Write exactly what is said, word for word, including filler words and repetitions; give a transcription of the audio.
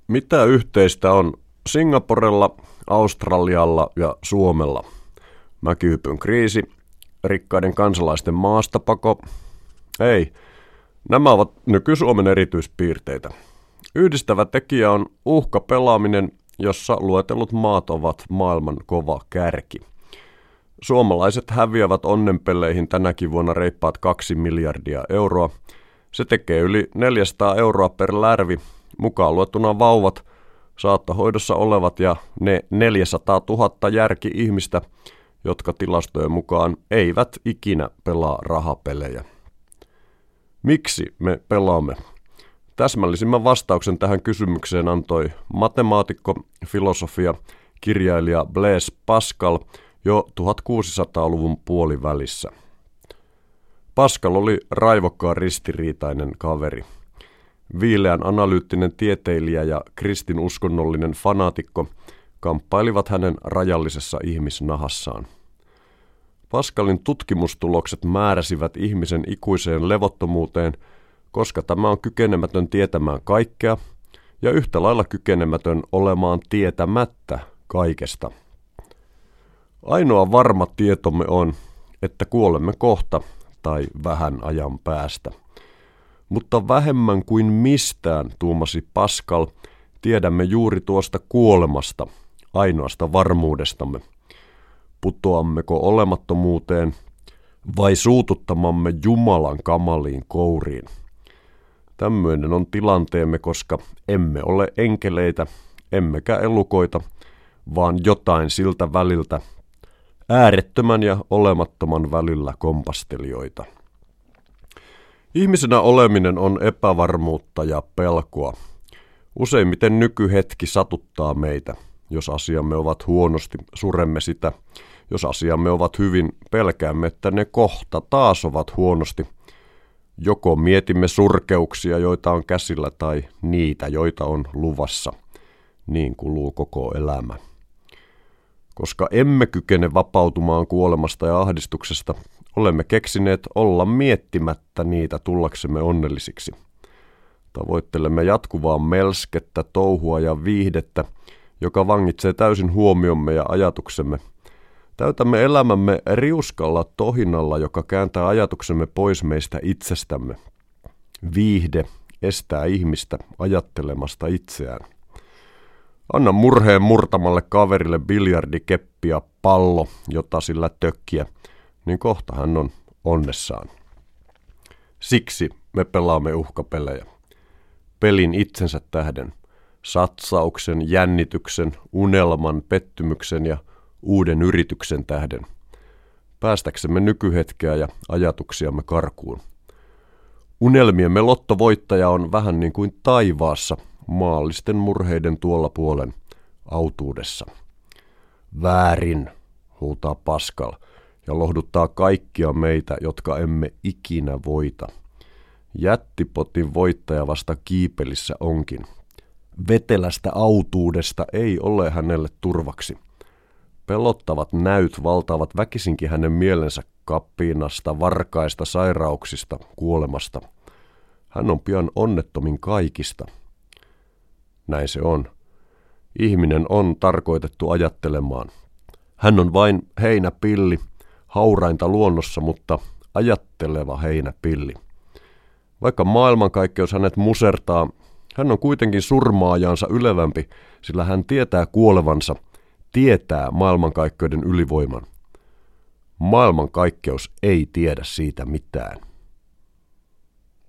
Mitä yhteistä on Singaporella, Australialla ja Suomella? Mäkihypyn kriisi, rikkaiden kansalaisten maastapako? Ei, nämä ovat nyky-Suomen erityispiirteitä. Yhdistävä tekijä on uhkapelaaminen, jossa luetellut maat ovat maailman kova kärki. Suomalaiset häviävät onnenpeleihin tänäkin vuonna reippaat kaksi miljardia euroa. Se tekee yli neljäsataa euroa per lärvi, mukaan luettuna vauvat, saattohoidossa olevat ja ne neljäsataatuhatta järki-ihmistä, jotka tilastojen mukaan eivät ikinä pelaa rahapelejä. Miksi me pelaamme? Täsmällisimmän vastauksen tähän kysymykseen antoi matemaatikko, filosofia, kirjailija Blaise Pascal jo tuhatkuusisataaluvun puolivälissä. Pascal oli raivokkaan ristiriitainen kaveri. Viileän analyyttinen tieteilijä ja kristinuskonnollinen fanaatikko kamppailivat hänen rajallisessa ihmisnahassaan. Pascalin tutkimustulokset määräsivät ihmisen ikuiseen levottomuuteen, koska tämä on kykenemätön tietämään kaikkea ja yhtä lailla kykenemätön olemaan tietämättä kaikesta. Ainoa varma tietomme on, että kuolemme kohta tai vähän ajan päästä. Mutta vähemmän kuin mistään, tuumasi Pascal, tiedämme juuri tuosta kuolemasta, ainoasta varmuudestamme. Putoammeko olemattomuuteen vai suututtamamme Jumalan kamaliin kouriin? Tämmöinen on tilanteemme, koska emme ole enkeleitä, emmekä elukoita, vaan jotain siltä väliltä, äärettömän ja olemattoman välillä kompastelijoita. Ihmisenä oleminen on epävarmuutta ja pelkoa. Useimmiten nykyhetki satuttaa meitä. Jos asiamme ovat huonosti, suremme sitä. Jos asiamme ovat hyvin, pelkäämme, että ne kohta taas ovat huonosti. Joko mietimme surkeuksia, joita on käsillä, tai niitä, joita on luvassa. Niin kuluu koko elämä. Koska emme kykene vapautumaan kuolemasta ja ahdistuksesta, olemme keksineet olla miettimättä niitä tullaksemme onnellisiksi. Tavoittelemme jatkuvaa melskettä, touhua ja viihdettä, joka vangitsee täysin huomiomme ja ajatuksemme. Täytämme elämämme riuskalla tohinalla, joka kääntää ajatuksemme pois meistä itsestämme. Viihde estää ihmistä ajattelemasta itseään. Anna murheen murtamalle kaverille biljardikeppi ja pallo, jota sillä tökkiä, niin kohta hän on onnessaan. Siksi me pelaamme uhkapelejä. Pelin itsensä tähden, satsauksen, jännityksen, unelman, pettymyksen ja uuden yrityksen tähden. Päästäksemme nykyhetkeä ja ajatuksiamme karkuun. Unelmiemme lottovoittaja on vähän niin kuin taivaassa, maallisten murheiden tuolla puolen autuudessa. Väärin, huutaa Pascal ja lohduttaa kaikkia meitä, jotka emme ikinä voita. Jättipotin voittaja vasta kiipelissä onkin. Vetelästä autuudesta ei ole hänelle turvaksi. Pelottavat näyt valtaavat väkisinkin hänen mielensä kapinasta, varkaista, sairauksista, kuolemasta. Hän on pian onnettomin kaikista. Näin se on. Ihminen on tarkoitettu ajattelemaan. Hän on vain heinäpilli, haurainta luonnossa, mutta ajatteleva heinäpilli. Vaikka maailmankaikkeus hänet musertaa, hän on kuitenkin surmaajansa ylevämpi, sillä hän tietää kuolevansa, tietää maailmankaikkeuden ylivoiman. Maailmankaikkeus ei tiedä siitä mitään.